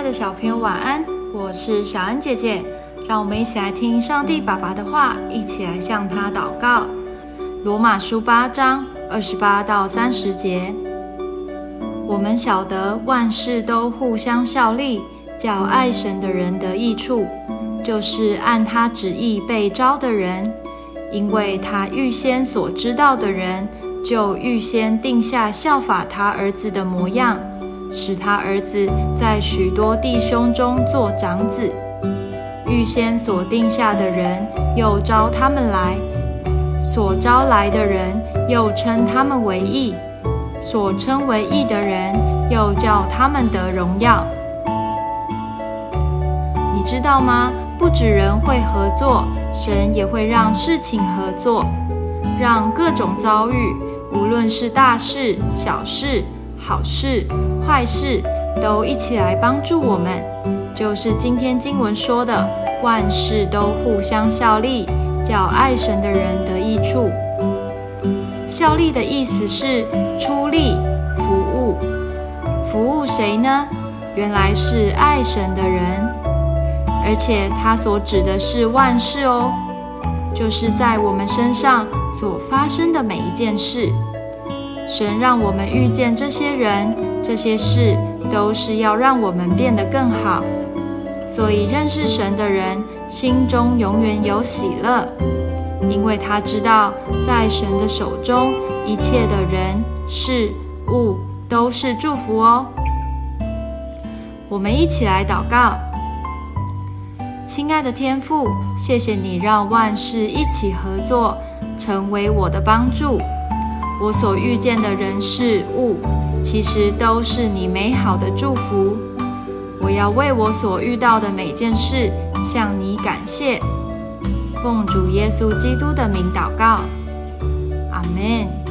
的小朋友晚安，我是小恩姐姐，让我们一起来听上帝爸爸的话，一起来向他祷告。罗马书8章28到30节，我们晓得万事都互相效力，叫爱神的人得益处，就是按他旨意被召的人，因为他预先所知道的人，就预先定下效法他儿子的模样，使他儿子在许多弟兄中做长子。预先所定下的人，又召他们来；所招来的人，又称他们为义；所称为义的人，又叫他们得荣耀。你知道吗？不止人会合作，神也会让事情合作，让各种遭遇，无论是大事、小事、好事、坏事，都一起来帮助我们。就是今天经文说的，万事都互相效力，叫爱神的人得益处。效力的意思是出力、服务。服务谁呢？原来是爱神的人，而且他所指的是万事哦，就是在我们身上所发生的每一件事。神让我们遇见这些人、这些事，都是要让我们变得更好。所以认识神的人，心中永远有喜乐，因为他知道在神的手中，一切的人、事、物都是祝福哦。我们一起来祷告。亲爱的天父，谢谢你让万事一起合作，成为我的帮助。我所遇见的人事物，其实都是你美好的祝福。我要为我所遇到的每件事向你感谢。奉主耶稣基督的名祷告，阿们。